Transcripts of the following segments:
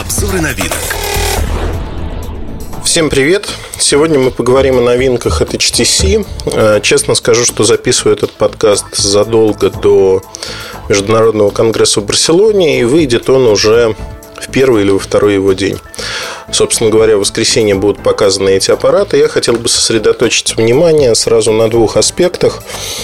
Обзоры новинок. Всем привет! Сегодня мы поговорим о новинках от HTC. Честно скажу, что записываю этот подкаст задолго до Международного конгресса в Барселоне, и выйдет он уже в первый или во второй его день. Собственно говоря, в воскресенье будут показаны эти аппараты. Я хотел бы сосредоточить внимание сразу на двух аспектах.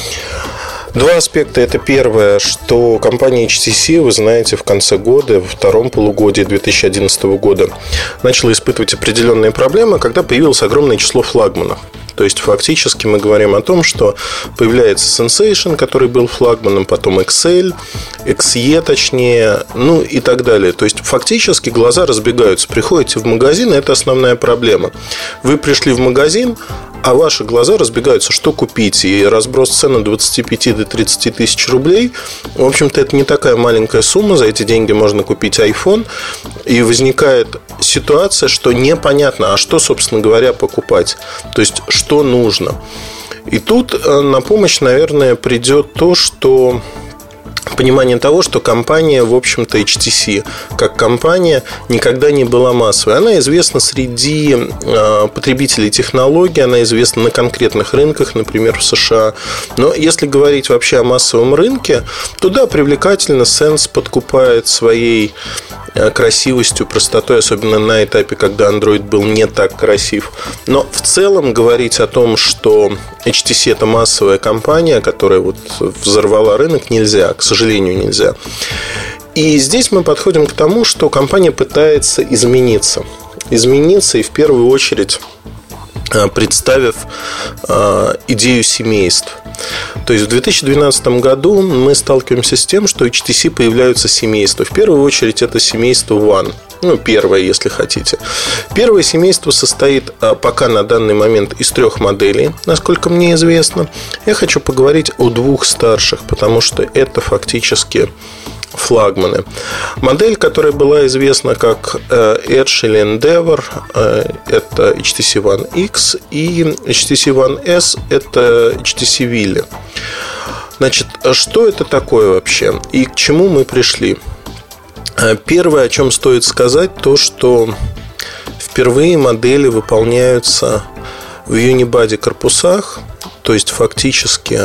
Два аспекта. Это первое, что компания HTC, вы знаете, в конце года, во втором полугодии 2011 года начала испытывать определенные проблемы, когда появилось огромное число флагманов. То есть, фактически мы говорим о том, что появляется Sensation, который был флагманом, потом XL, XE точнее, ну и так далее. То есть, фактически глаза разбегаются. Приходите в магазин, и это основная проблема. Вы пришли в магазин, а ваши глаза разбегаются, что купить. И разброс цен от 25 до 30 тысяч рублей. В общем-то, это не такая маленькая сумма. За эти деньги можно купить iPhone. И возникает ситуация, что непонятно, а что, собственно говоря, покупать. То есть, что нужно. И тут на помощь, наверное, придет то, что... понимание того, что компания, в общем-то, HTC, как компания, никогда не была массовой. Она известна среди потребителей технологий, она известна на конкретных рынках, например, в США. Но если говорить вообще о массовом рынке, то да, привлекательно. Sense подкупает своей красивостью, простотой, особенно на этапе, когда Android был не так красив. Но в целом говорить о том, что HTC это массовая компания, которая вот взорвала рынок, нельзя, к сожалению, нельзя. И здесь мы подходим к тому, что компания пытается измениться. Измениться и в первую очередь представив идею семейств. То есть в 2012 году мы сталкиваемся с тем, что у HTC появляются семейства. В первую очередь это семейство One. Ну, первое, если хотите. Первое семейство состоит пока на данный момент из 3 моделей, насколько мне известно. Я хочу поговорить о 2 старших, потому что это фактически флагманы. Модель, которая была известна как Edge или Endeavor, это HTC One X, и HTC One S, это HTC Wily. Значит, что это такое вообще и к чему мы пришли? Первое, о чем стоит сказать, то, что впервые модели выполняются в unibody корпусах. То есть, фактически,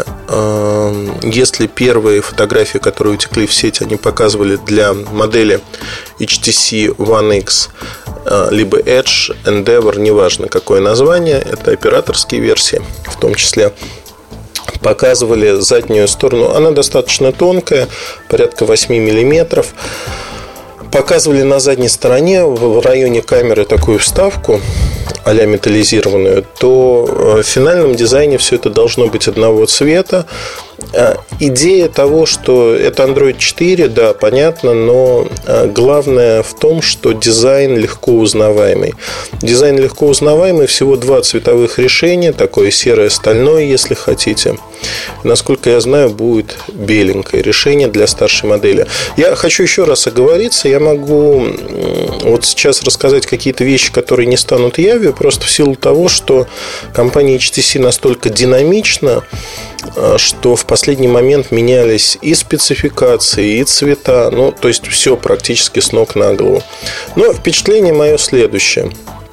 если первые фотографии, которые утекли в сеть, они показывали для модели HTC One X, либо Edge, Endeavor, неважно какое название, это операторские версии в том числе, показывали заднюю сторону. Она достаточно тонкая, порядка 8 миллиметров. Показывали на задней стороне в районе камеры такую вставку а-ля металлизированную, то в финальном дизайне все это должно быть одного цвета. Идея того, что это Android 4, да, понятно, но главное в том, что дизайн легко узнаваемый. Дизайн легко узнаваемый, всего 2 цветовых решения, такое серое, стальное, если хотите. Насколько я знаю, будет беленькое решение для старшей модели. Я хочу еще раз оговориться. Я могу вот сейчас рассказать какие-то вещи, которые не станут явью, просто в силу того, что компания HTC настолько динамична, что в последний момент менялись и спецификации, и цвета. Ну, то есть все практически с ног на голову. Но впечатление мое следующее.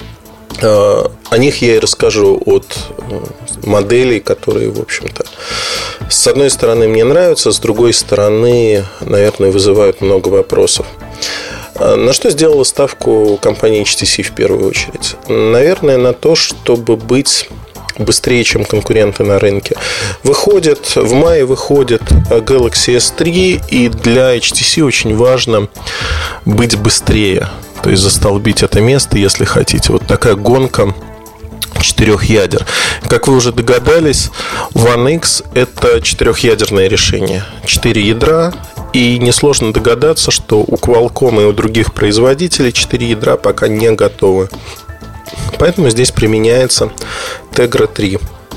О них я и расскажу от моделей, которые, в общем-то, с одной стороны мне нравятся, с другой стороны, наверное, вызывают много вопросов. На что сделала ставку компания HTC в первую очередь? Наверное, на то, чтобы быть быстрее, чем конкуренты на рынке. В мае выходит Galaxy S3, и для HTC очень важно быть быстрее. То есть застолбить это место, если хотите. Вот такая гонка 4 ядер. Как вы уже догадались, One X это 4-ядерное решение. 4 ядра. И несложно догадаться, что у Qualcomm и у других производителей 4 ядра пока не готовы. Поэтому здесь применяется Tegra 3.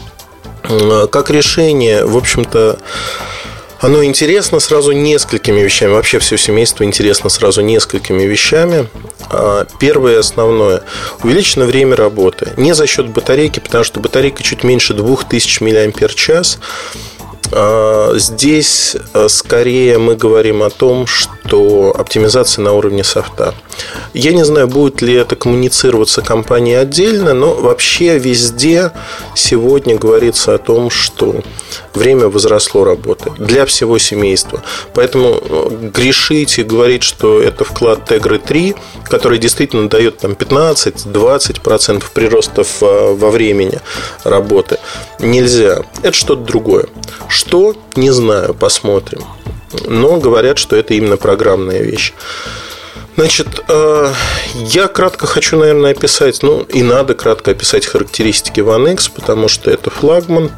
Как решение, в общем-то, оно интересно сразу несколькими вещами. Вообще все семейство интересно сразу несколькими вещами. Первое, основное: увеличено время работы. Не за счет батарейки, потому что батарейка чуть меньше 2000 мАч. Здесь скорее мы говорим о том, что что оптимизация на уровне софта. Я не знаю, будет ли это коммуницироваться компанией отдельно, но вообще везде сегодня говорится о том, что время возросло работы для всего семейства. Поэтому грешить и говорить, что это вклад Tegra 3, который действительно дает там 15-20% приростов во времени работы, нельзя. Это что-то другое. Что? Не знаю, посмотрим. Но говорят, что это именно программная вещь. Значит, я кратко хочу, наверное, описать, и надо кратко описать характеристики One X, потому что это флагман.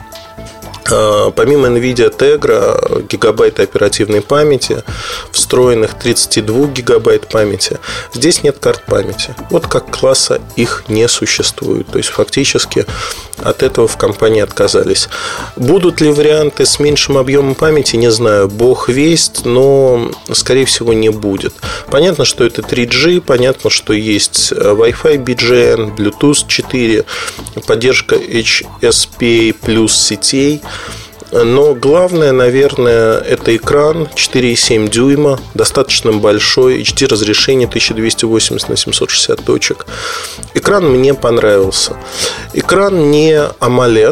Помимо NVIDIA Tegra, гигабайты оперативной памяти, встроенных 32 гигабайт памяти, здесь нет карт памяти. Вот как класса их не существует. То есть фактически от этого в компании отказались. Будут ли варианты с меньшим объемом памяти, не знаю, бог весть, но скорее всего не будет. Понятно, что это 3G, понятно, что есть Wi-Fi BGN, Bluetooth 4, поддержка HSPA плюс сетей. Но главное, наверное, это экран 4,7 дюйма, достаточно большой, HD разрешение 1280 на 760 точек. Экран мне понравился. Экран не AMOLED,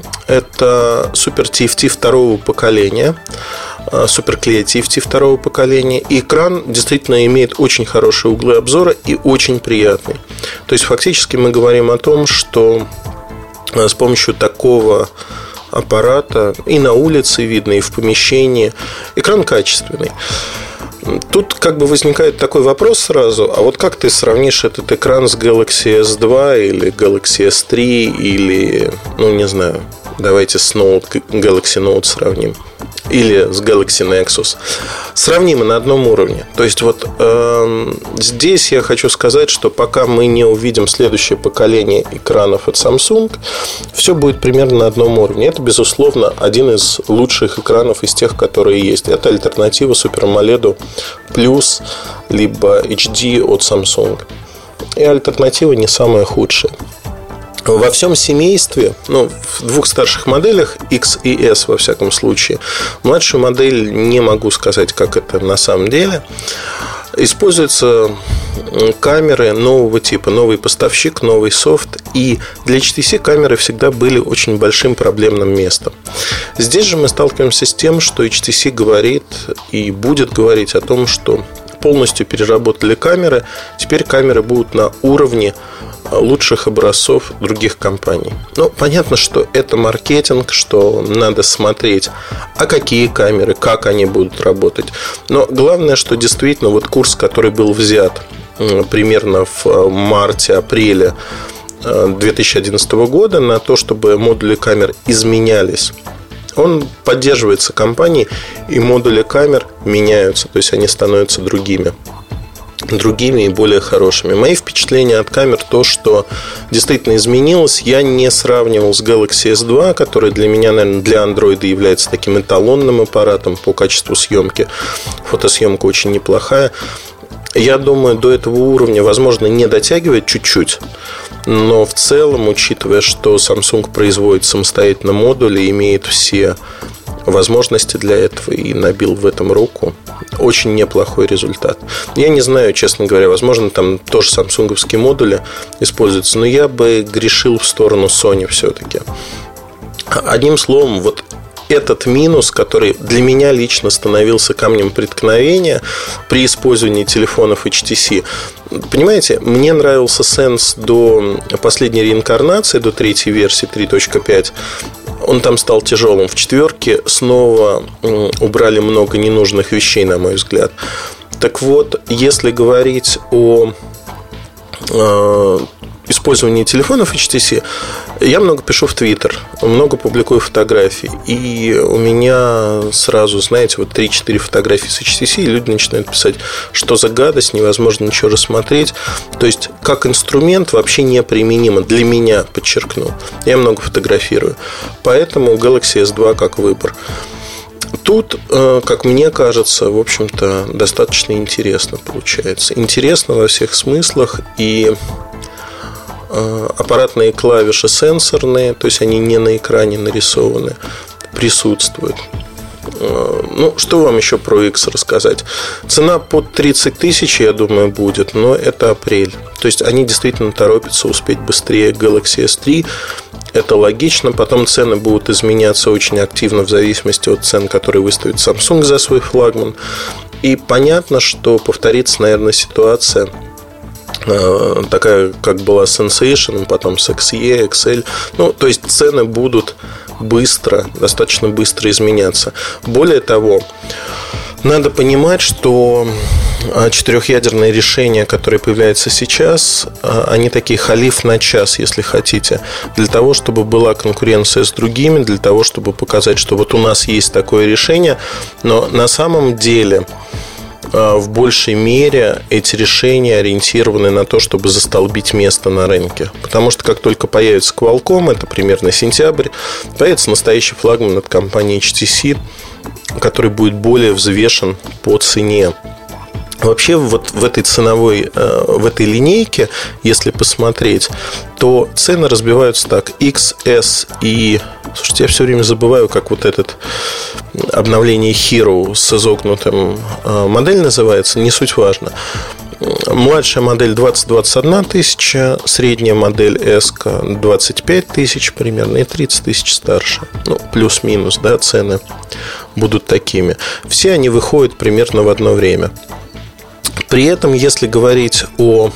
это Super TFT второго поколения, Super Clear TFT второго поколения. И экран действительно имеет очень хорошие углы обзора и очень приятный. То есть фактически мы говорим о том, что с помощью такого аппарата и на улице видно, и в помещении экран качественный. Тут как бы возникает такой вопрос сразу: а вот как ты сравнишь этот экран с Galaxy S2 или Galaxy S3 или, не знаю, давайте с Galaxy Note сравним, или с Galaxy Nexus. Сравнимы на одном уровне. То есть вот здесь я хочу сказать, что пока мы не увидим следующее поколение экранов от Samsung, все будет примерно на одном уровне. Это, безусловно, один из лучших экранов из тех, которые есть. Это альтернатива Super AMOLED Plus либо HD от Samsung. И альтернатива не самая худшая. Во всем семействе, в двух старших моделях, X и S во всяком случае, младшую модель не могу сказать, как это на самом деле, используются камеры нового типа, новый поставщик, новый софт. И для HTC камеры всегда были очень большим проблемным местом. Здесь же мы сталкиваемся с тем, что HTC говорит и будет говорить о том, что полностью переработали камеры. Теперь камеры будут на уровне лучших образцов других компаний. Понятно, что это маркетинг, что надо смотреть, а какие камеры, как они будут работать. Но главное, что действительно вот курс, который был взят примерно в марте-апреле 2011 года на то, чтобы модули камер изменялись, он поддерживается компанией, и модули камер меняются, то есть они становятся другими и более хорошими. Мои впечатления от камер то, что действительно изменилось. Я не сравнивал с Galaxy S2, который для меня, наверное, для Android является таким эталонным аппаратом по качеству съемки. Фотосъемка очень неплохая. Я думаю, до этого уровня, возможно, не дотягивает чуть-чуть. Но в целом, учитывая, что Samsung производит самостоятельно модули, имеет все возможности для этого и набил в этом руку, очень неплохой результат. Я не знаю, честно говоря, возможно, там тоже самсунговские модули используются, но я бы грешил в сторону Sony все-таки. Одним словом, вот этот минус, который для меня лично становился камнем преткновения при использовании телефонов HTC. Понимаете, мне нравился Sense до последней реинкарнации, до третьей версии 3.5. Он там стал тяжелым. В четверке снова убрали много ненужных вещей, на мой взгляд. Так вот, если говорить о использовании телефонов HTC, я много пишу в Twitter, много публикую фотографий. И у меня сразу, знаете, вот 3-4 фотографии с HTC, и люди начинают писать, что за гадость, невозможно ничего рассмотреть. То есть, как инструмент вообще неприменимо для меня, подчеркну. Я много фотографирую. Поэтому Galaxy S2 как выбор. Тут, как мне кажется, в общем-то, достаточно интересно получается. Интересно во всех смыслах. И аппаратные клавиши сенсорные, то есть они не на экране нарисованы, присутствуют. Ну, что вам еще про X рассказать? Цена под 30 тысяч, я думаю, будет, но это апрель. То есть они действительно торопятся успеть быстрее Galaxy S3. Это логично. Потом цены будут изменяться очень активно в зависимости от цен, которые выставит Samsung за свой флагман. И понятно, что повторится, наверное, ситуация такая, как была с Sensation, потом с XE, XL. Ну, то есть цены будут достаточно быстро изменяться. Более того, надо понимать, что четырехъядерные решения, которые появляются сейчас, они такие халиф на час, если хотите, для того, чтобы была конкуренция с другими, для того, чтобы показать, что вот у нас есть такое решение. Но на самом деле в большей мере эти решения ориентированы на то, чтобы застолбить место на рынке. Потому что как только появится Qualcomm, это примерно сентябрь, появится настоящий флагман от компании HTC, который будет более взвешен по цене. Вообще вот в этой ценовой, в этой линейке, если посмотреть, то цены разбиваются так: X, S и... Слушайте, я все время забываю, как вот этот обновление Hero с изогнутым модель называется, не суть важно. Младшая модель 20-21 тысяча, средняя модель S 25 тысяч примерно и 30 тысяч старше. Ну, плюс-минус, да, цены будут такими. Все они выходят примерно в одно время. При этом, если говорить о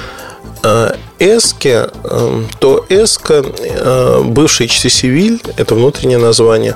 S-ке, то S-ка, бывший HTC Will, это внутреннее название,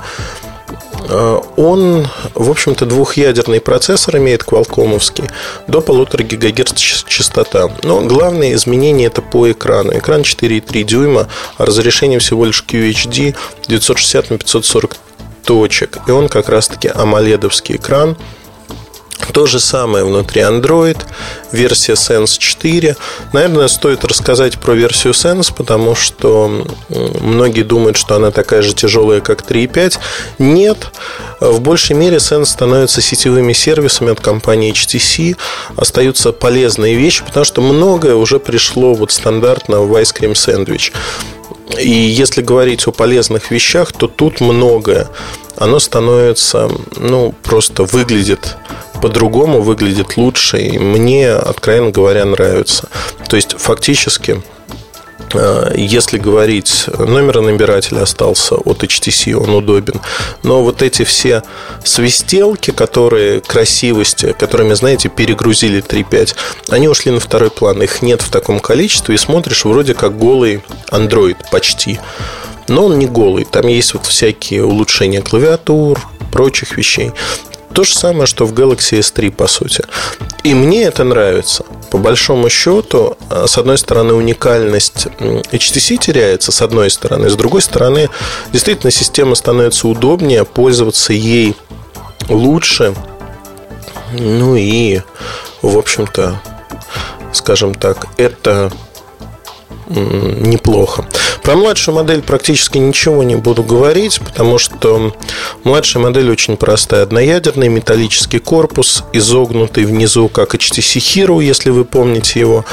он, в общем-то, двухъядерный процессор имеет, квалкомовский, до 1,5 ГГц частота. Но главное изменение это по экрану. Экран 4,3 дюйма, а разрешение всего лишь QHD 960 на 540 точек. И он как раз-таки AMOLED-овский экран. То же самое внутри Android, версия Sense 4. Наверное, стоит рассказать про версию Sense, потому что многие думают, что она такая же тяжелая, как 3.5. Нет, в большей мере Sense становится сетевыми сервисами от компании HTC. Остаются полезные вещи, потому что многое уже пришло вот стандартно в Ice Cream Sandwich. И если говорить о полезных вещах, то тут многое. Оно становится, просто выглядит по-другому, выглядит лучше. И мне, откровенно говоря, нравится. То есть, фактически, если говорить, номеронабиратель остался от HTC, он удобен. Но вот эти все свистелки, которые красивости, которыми, знаете, перегрузили 3.5, они ушли на второй план. Их нет в таком количестве. И смотришь вроде как голый Android почти. Но он не голый. Там есть вот всякие улучшения клавиатур, прочих вещей. То же самое, что в Galaxy S3, по сути. И мне это нравится. По большому счету, с одной стороны, уникальность HTC теряется, с одной стороны. С другой стороны, действительно, система становится удобнее, пользоваться ей лучше. Ну и, в общем-то, скажем так, это неплохо. Про младшую модель практически ничего не буду говорить, потому что младшая модель очень простая. Одноядерный металлический корпус, изогнутый внизу, как HTC Hero, если вы помните его.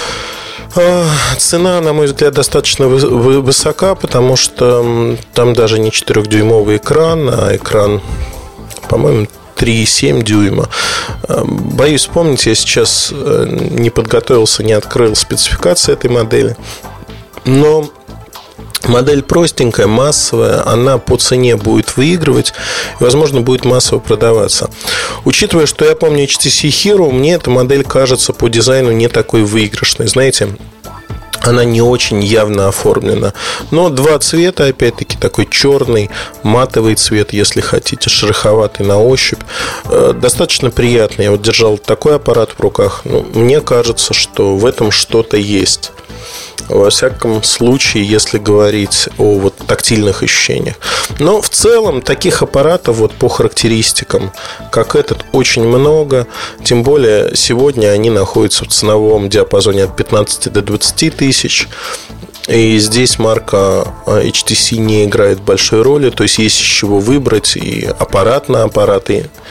Цена, на мой взгляд, достаточно высока, потому что там даже не 4-дюймовый экран, а экран, по-моему, 3,7 дюйма. Боюсь вспомнить, я сейчас не подготовился, не открыл спецификации этой модели. Но модель простенькая, массовая, она по цене будет выигрывать и, возможно, будет массово продаваться. Учитывая, что я помню HTC Hero, мне эта модель кажется по дизайну не такой выигрышной. Знаете, она не очень явно оформлена. Но два цвета, опять-таки, такой черный, матовый цвет, если хотите, шероховатый на ощупь. Достаточно приятный. Я вот держал такой аппарат в руках. Мне кажется, что в этом что-то есть. Во всяком случае, если говорить о вот тактильных ощущениях. Но в целом таких аппаратов вот по характеристикам, как этот, очень много. Тем более сегодня они находятся в ценовом диапазоне от 15 до 20 тысяч. И здесь марка HTC не играет большой роли. То есть есть из чего выбрать. И аппарат на аппарат, и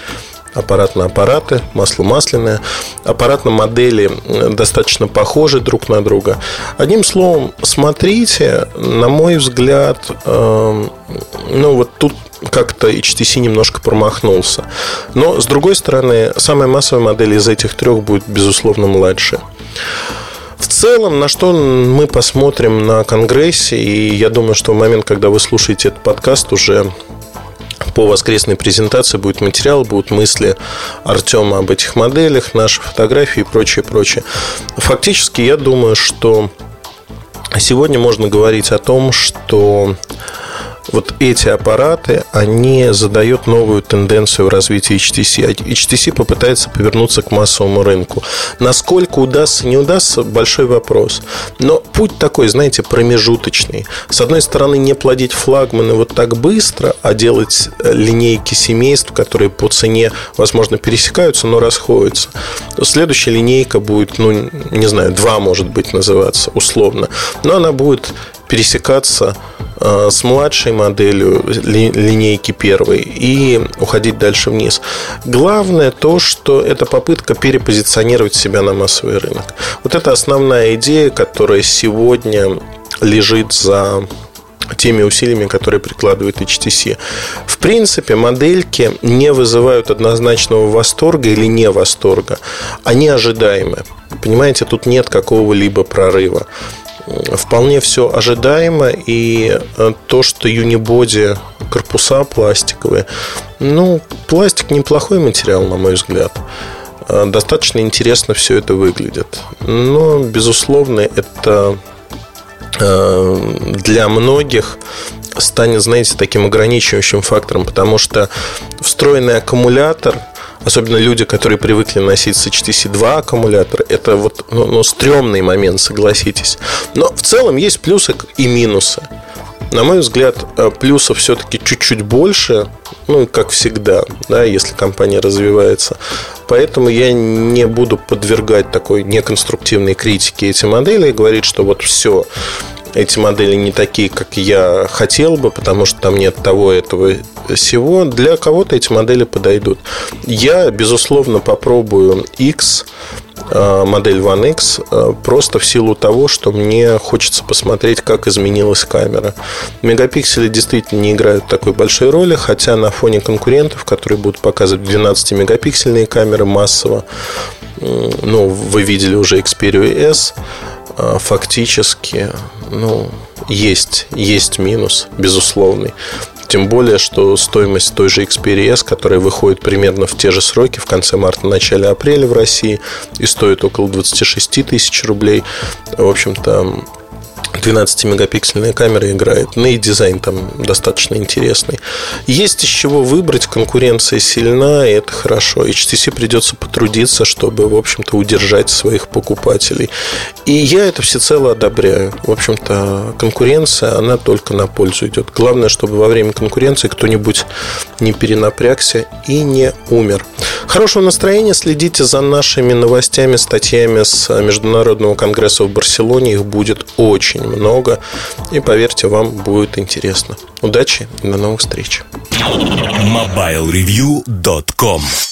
аппарат на аппараты, масло масляное. Аппарат на модели достаточно похожи друг на друга. Одним словом, смотрите, на мой взгляд, вот тут как-то HTC немножко промахнулся. Но, с другой стороны, самая массовая модель из этих трех будет, безусловно, младшая. В целом, на что мы посмотрим на конгрессе, и я думаю, что в момент, когда вы слушаете этот подкаст, уже по воскресной презентации будет материал, будут мысли Артема об этих моделях, наши фотографии и прочее. Фактически, я думаю, что сегодня можно говорить о том, что вот эти аппараты, они задают новую тенденцию в развитии HTC. HTC попытается повернуться к массовому рынку. Насколько удастся, не удастся, большой вопрос. Но путь такой, знаете, промежуточный. С одной стороны, не плодить флагманы вот так быстро, а делать линейки семейств, которые по цене, возможно, пересекаются, но расходятся. Следующая линейка будет, 2, может быть, называться условно. Но она будет пересекаться с младшей моделью линейки первой и уходить дальше вниз. Главное то, что это попытка перепозиционировать себя на массовый рынок. Вот это основная идея, которая сегодня лежит за теми усилиями, которые прикладывает HTC. В принципе, модельки не вызывают однозначного восторга или не восторга. Они ожидаемы. Понимаете, тут нет какого-либо прорыва. Вполне все ожидаемо. И то, что юнибоди, корпуса пластиковые, пластик неплохой материал, на мой взгляд. Достаточно интересно все это выглядит. Но, безусловно, это для многих станет, знаете, таким ограничивающим фактором, потому что встроенный аккумулятор, особенно люди, которые привыкли носить с HTC 2 аккумулятор, это стрёмный момент, согласитесь. Но в целом есть плюсы и минусы. На мой взгляд, плюсов все-таки чуть-чуть больше, как всегда, да, если компания развивается. Поэтому я не буду подвергать такой неконструктивной критике эти модели и говорить, что вот все, эти модели не такие, как я хотел бы, потому что там нет того, этого, всего. Для кого-то эти модели подойдут. Я, безусловно, попробую X, модель One X, просто в силу того, что мне хочется посмотреть, как изменилась камера. Мегапиксели действительно не играют такой большой роли, хотя на фоне конкурентов, которые будут показывать 12-мегапиксельные камеры массово, вы видели уже Xperia S, фактически, есть минус, безусловный. Тем более, что стоимость той же Xperia S, которая выходит примерно в те же сроки, в конце марта, начале апреля в России, и стоит около 26 тысяч рублей, в общем-то, 12-мегапиксельная камера играет. И дизайн там достаточно интересный. Есть из чего выбрать, конкуренция сильна, и это хорошо. HTC придется потрудиться, чтобы, в общем-то, удержать своих покупателей. И я это всецело одобряю. В общем-то, конкуренция, она только на пользу идет. Главное, чтобы во время конкуренции кто-нибудь не перенапрягся и не умер. Хорошего настроения. Следите за нашими новостями, статьями с Международного конгресса в Барселоне. Их будет очень много. И поверьте, вам будет интересно. Удачи и до новых встреч. MobileReview.com